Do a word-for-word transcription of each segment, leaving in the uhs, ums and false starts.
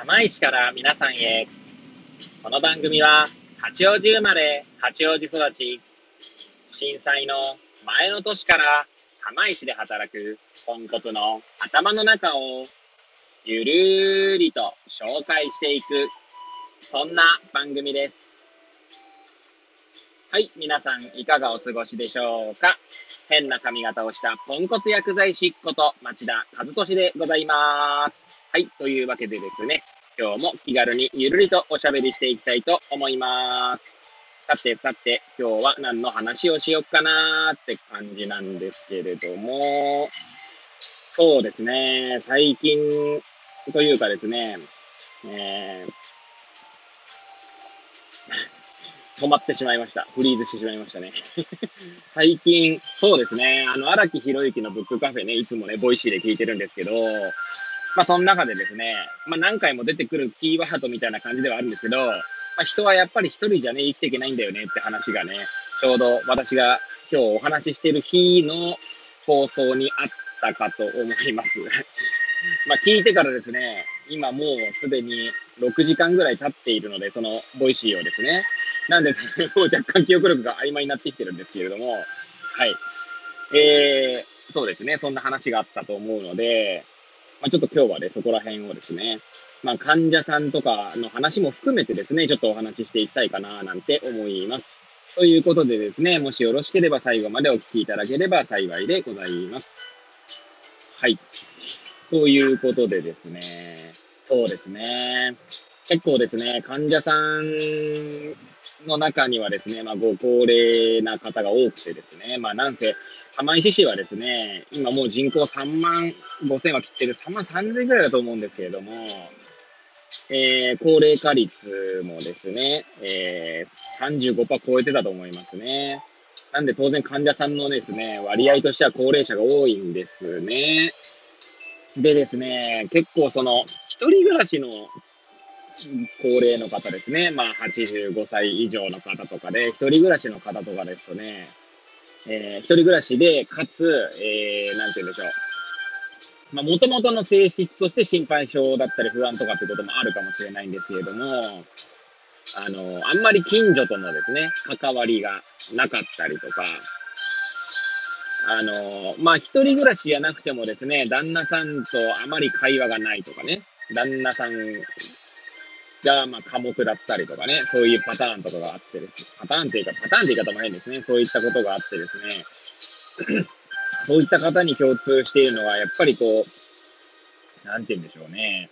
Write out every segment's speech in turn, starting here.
釜石から皆さんへ。この番組は八王子生まれ八王子育ち、震災の前の年から釜石で働くポンコツの頭の中をゆるーりと紹介していく、そんな番組です。はい、皆さんいかがお過ごしでしょうか。変な髪型をしたポンコツ薬剤師こと町田和俊でございます。はい、というわけでですね、今日も気軽にゆるりとおしゃべりしていきたいと思います。さてさて、今日は何の話をしよっかなーって感じなんですけれども、そうですね、最近というかですね、えー止まってしまいました。フリーズしてしまいましたね。最近、そうですね、あの、荒木博之のブックカフェね、いつもね、ボイシーで聞いてるんですけど、まあ、その中でですね、まあ、何回も出てくるキーワードみたいな感じではあるんですけど、まあ、人はやっぱり一人じゃね、生きていけないんだよねって話がね、ちょうど私が今日お話ししている日の放送にあったかと思います。まあ、聞いてからですね、今もうすでにろくじかんぐらい経っているので、そのボイシーをですね。なんで、もう若干記憶力が曖昧になってきてるんですけれども、はい。えー、そうですね、そんな話があったと思うので、まあ、ちょっと今日はね、そこら辺をですね、まあ、患者さんとかの話も含めてですね、ちょっとお話ししていきたいかな、なんて思います。ということでですね、もしよろしければ最後までお聞きいただければ幸いでございます。はい。ということでですね、そうですね、結構ですね、患者さんの中にはですね、まあ、ご高齢な方が多くてですね、まあ、なんせ、釜石市はですね、今もう人口さんまんごせんは切ってるさんまんさんぜんぐらいだと思うんですけれども、えー、高齢化率もですね、えー、さんじゅうごパーセント 超えてたと思いますね。なんで当然患者さんのですね、割合としては高齢者が多いんですね。でですね、結構その、一人暮らしの高齢の方ですね。まあ、はちじゅうごさい以上の方とかで、一人暮らしの方とかですとね、えー、一人暮らしで、かつ、えー、なんて言うんでしょう。まあ、元々の性質として心配性だったり不安とかっていうこともあるかもしれないんですけれども、あの、あんまり近所とのですね、関わりがなかったりとか、あの、まあ、一人暮らしじゃなくてもですね、旦那さんとあまり会話がないとかね、旦那さんが、まあ、寡黙だったりとかね、そういうパターンとかがあってですね、パターンっていうか、パターンって言い方も変ですね、そういったことがあってですね、そういった方に共通しているのは、やっぱりこう、なんて言うんでしょうね、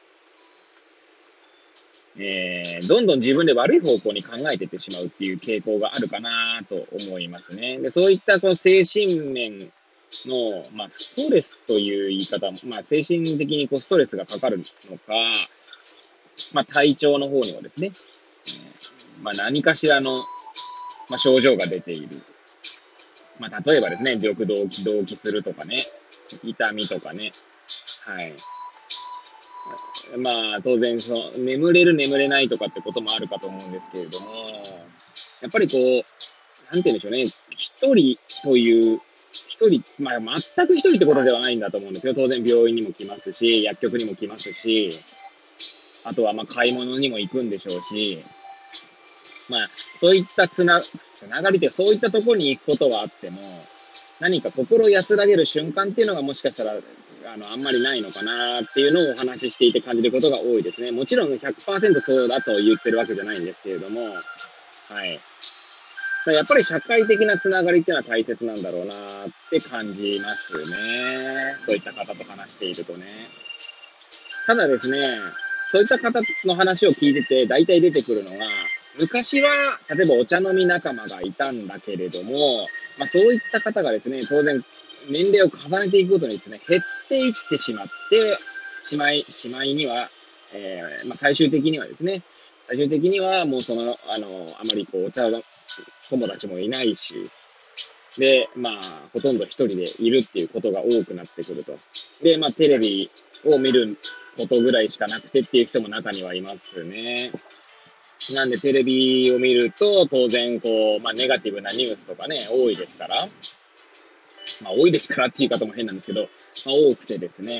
えー、どんどん自分で悪い方向に考えていってしまうっていう傾向があるかなと思いますね。で、そういったこう精神面の、まあ、ストレスという言い方も、まあ、精神的にこうストレスがかかるのか、まあ、体調の方にもですね、まあ、何かしらの、まあ、症状が出ている。まあ、例えばですね、よく動悸、動悸するとかね、痛みとかね、はい。まあ、当然、その、眠れる、眠れないとかってこともあるかと思うんですけれども、やっぱりこう、なんて言うんでしょうね、一人という、一人、まあ、全く一人ってことではないんだと思うんですよ。当然、病院にも来ますし、薬局にも来ますし、あとは、まあ、買い物にも行くんでしょうし、まあ、そういったつな、つながりで、そういったところに行くことはあっても、何か心安らげる瞬間っていうのがもしかしたら、あの、あんまりないのかなっていうのをお話ししていて感じることが多いですね。もちろんひゃくパーセントそうだと言ってるわけじゃないんですけれども、はい。やっぱり社会的なつながりっていうのは大切なんだろうなって感じますね。そういった方と話しているとね。ただですね、そういった方の話を聞いてて、大体出てくるのが、昔は、例えばお茶飲み仲間がいたんだけれども、まあそういった方がですね、当然、年齢を重ねていくごとにですね、減っていってしまって、しまい、しまいには、えー、まあ最終的にはですね、最終的にはもうその、あの、あまりこう、お茶友達もいないし、で、まあ、ほとんど一人でいるっていうことが多くなってくると。で、まあ、テレビを見ることぐらいしかなくてっていう人も中にはいますね。なんで、テレビを見ると、当然、こう、まあ、ネガティブなニュースとかね、多いですから、まあ、多いですからっていう言い方も変なんですけど、まあ、多くてですね。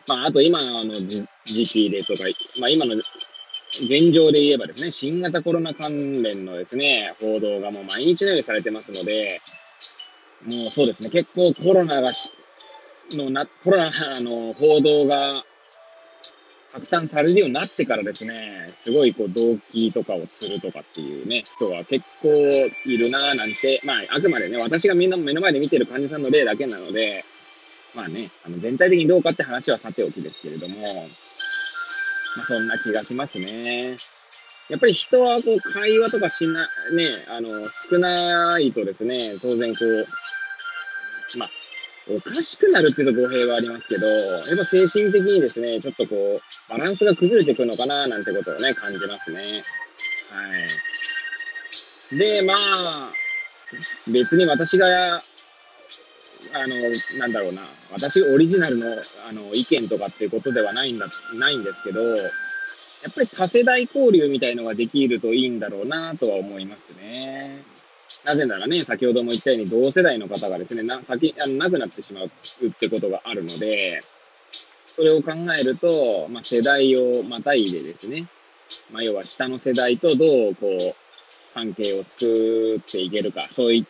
まあ、あと今の時時期でとか、まあ今の現状で言えばですね、新型コロナ関連のですね、報道がもう毎日のようにされてますので、もうそうですね、結構コロナがし、のな、コロナの報道が拡散されるようになってからですね、すごいこう動機とかをするとかっていうね、人が結構いるなぁなんて、まああくまでね、私がみんな目の前で見てる患者さんの例だけなので、まあね、あの全体的にどうかって話はさておきですけれども、まあそんな気がしますね。やっぱり人はこう会話とかしな、ね、あの、少ないとですね、当然こう、まあ、おかしくなるっていうと語弊はありますけど、やっぱ精神的にですね、ちょっとこう、バランスが崩れてくるのかななんてことをね、感じますね。はい。で、まあ、別に私が、あの、なんだろうな、私オリジナルの、あの、意見とかっていうことではないんだ、ないんですけど、やっぱり多世代交流みたいのができるといいんだろうなとは思いますね。なぜならね、先ほども言ったように同世代の方がですね、な、先、あの、亡くなってしまうってことがあるので、それを考えると、まあ、世代をまたいでですね、まあ、要は下の世代とどう、こう、関係を作っていけるか、そういった、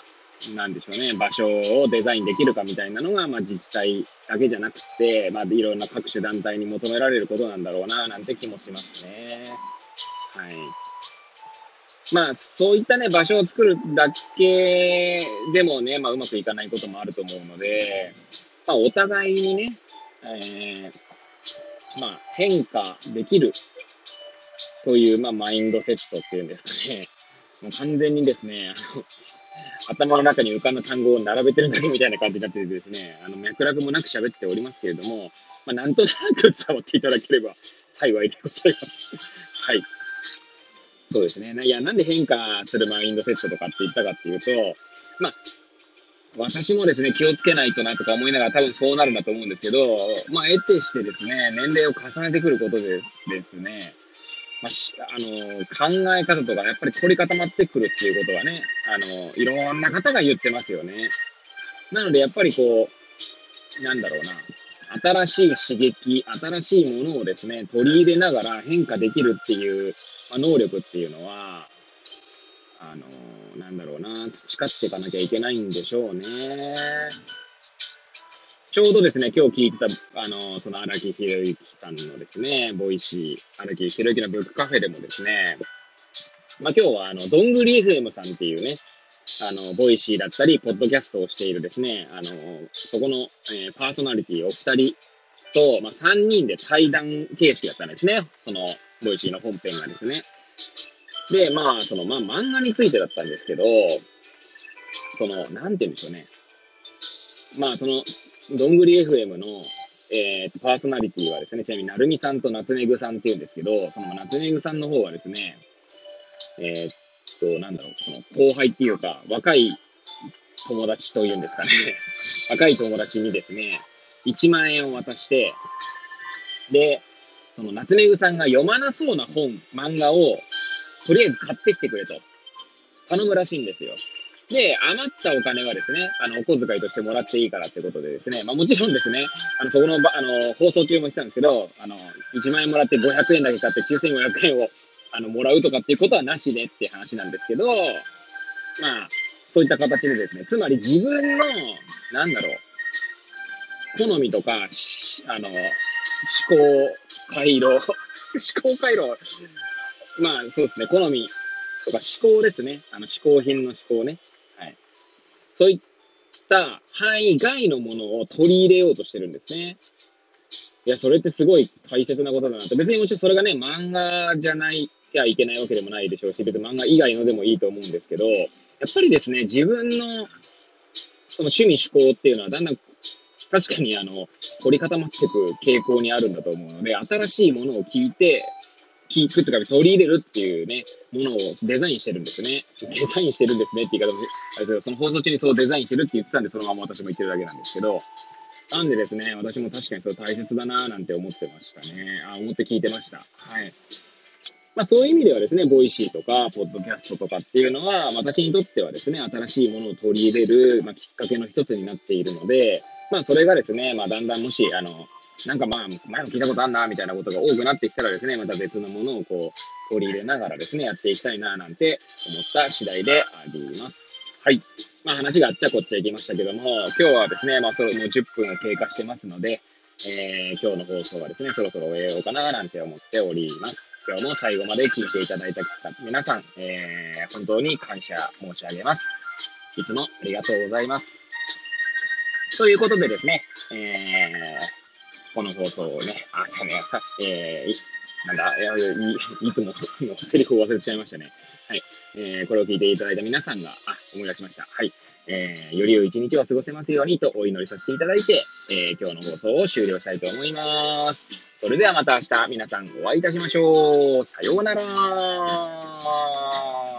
なんでしょうね、場所をデザインできるかみたいなのが、まあ、自治体だけじゃなくて、まあ、いろんな各種団体に求められることなんだろうな、なんて気もしますね。はい。まあ、そういったね、場所を作るだけでもね、まあ、うまくいかないこともあると思うので、まあ、お互いにね、えー、まあ、変化できるという、まあ、マインドセットっていうんですかね。もう完全にですね、あの、頭の中に浮かんだ単語を並べてるだけみたいな感じになっててですね、あの、脈絡もなく喋っておりますけれども、まあ、なんとなく伝わっていただければ幸いでございます。はい。そうですね。いや、なんで変化するマインドセットとかって言ったかっていうと、まあ、私もですね、気をつけないとなとか思いながら多分そうなるんだと思うんですけど、まあ、得てしてですね、年齢を重ねてくることでですね、まあ、しあの、考え方とかやっぱり凝り固まってくるっていうことはね、あの、いろんな方が言ってますよね。なので、やっぱりこう、なんだろうな、新しい刺激、新しいものをですね、取り入れながら変化できるっていう、まあ、能力っていうのは、あの、なんだろうな、培っていかなきゃいけないんでしょうね。ちょうどですね、今日聞いてた、あの、その荒木博之さんのですね、ボイシー、荒木博之のブックカフェでもですね、まあ今日はあの、どんぐり エフエム さんっていうね、あの、ボイシーだったり、ポッドキャストをしているですね、あの、そこの、えーパーソナリティお二人と、まあさんにんで対談形式だったんですね。その、ボイシーの本編がですね。で、まあ、その、まあ漫画についてだったんですけど、その、なんて言うんでしょうね。まあ、その、どんぐり エフエム の、えー、パーソナリティはですね、ちなみに、なるみさんと夏めぐさんっていうんですけど、その夏めぐさんの方はですね、えーっと、なんだろう、その後輩っていうか、若い友達というんですかね、若い友達にですね、いちまん円を渡して、で、その夏めぐさんが読まなそうな本、漫画を、とりあえず買ってきてくれと、頼むらしいんですよ。で、余ったお金はですね、あの、お小遣いとしてもらっていいからってことでですね、まあもちろんですね、あの、そこのば、あの、放送中も言ってたんですけど、あの、いちまん円もらってごひゃくえんだけ買ってきゅうせんごひゃくえんを、あの、もらうとかっていうことはなしでっていう話なんですけど、まあ、そういった形でですね、つまり自分の、なんだろう、好みとか、しあの、思考回路、思考回路、まあそうですね、好みとか思考ですね、あの、嗜好品の思考ね。はい。そういった範囲外のものを取り入れようとしてるんですね。いや、それってすごい大切なことだなと。別にもちろんそれがね、漫画じゃないきゃいけないわけでもないでしょうし、別に漫画以外のでもいいと思うんですけど、やっぱりですね、自分のその趣味嗜好っていうのはだんだん確かにあの、凝り固まっていく傾向にあるんだと思うので、新しいものを聞いて、聞くとか取り入れるっていうね、ものをデザインしてるんですね。デザインしてるんですねって言い方も、あれですけど、その放送中にそうデザインしてるって言ってたんで、そのまま私も言ってるだけなんですけど、なんでですね、私も確かにそれ大切だなぁなんて思ってましたね。あ、思って聞いてました。はい。まあそういう意味ではですね、ボイシーとか、ポッドキャストとかっていうのは、私にとってはですね、新しいものを取り入れる、まあ、きっかけの一つになっているので、まあそれがですね、まあだんだんもし、あの、 なんかまあ、前も聞いたことあんな、みたいなことが多くなってきたらですね、また別のものをこう、取り入れながらですね、やっていきたいな、なんて思った次第であります。はい。まあ話があっちゃこっちゃいきましたけども、今日はですね、まあそろもうじゅっぷんを経過してますので、えー、今日の放送はですね、そろそろ終えようかな、なんて思っております。今日も最後まで聞いていただいた皆さん、えー、本当に感謝申し上げます。いつもありがとうございます。ということでですね、えー、この放送をね、あ、そうね、さ、えー、なんだ、いやいいつものセリフを忘れてしまいましたね。はい。えー、これを聞いていただいた皆さんが、あ、思い出しました。はい。えー、より良い一日を過ごせますようにとお祈りさせていただいて、えー、今日の放送を終了したいと思います。それではまた明日皆さんお会いいたしましょう。さようなら。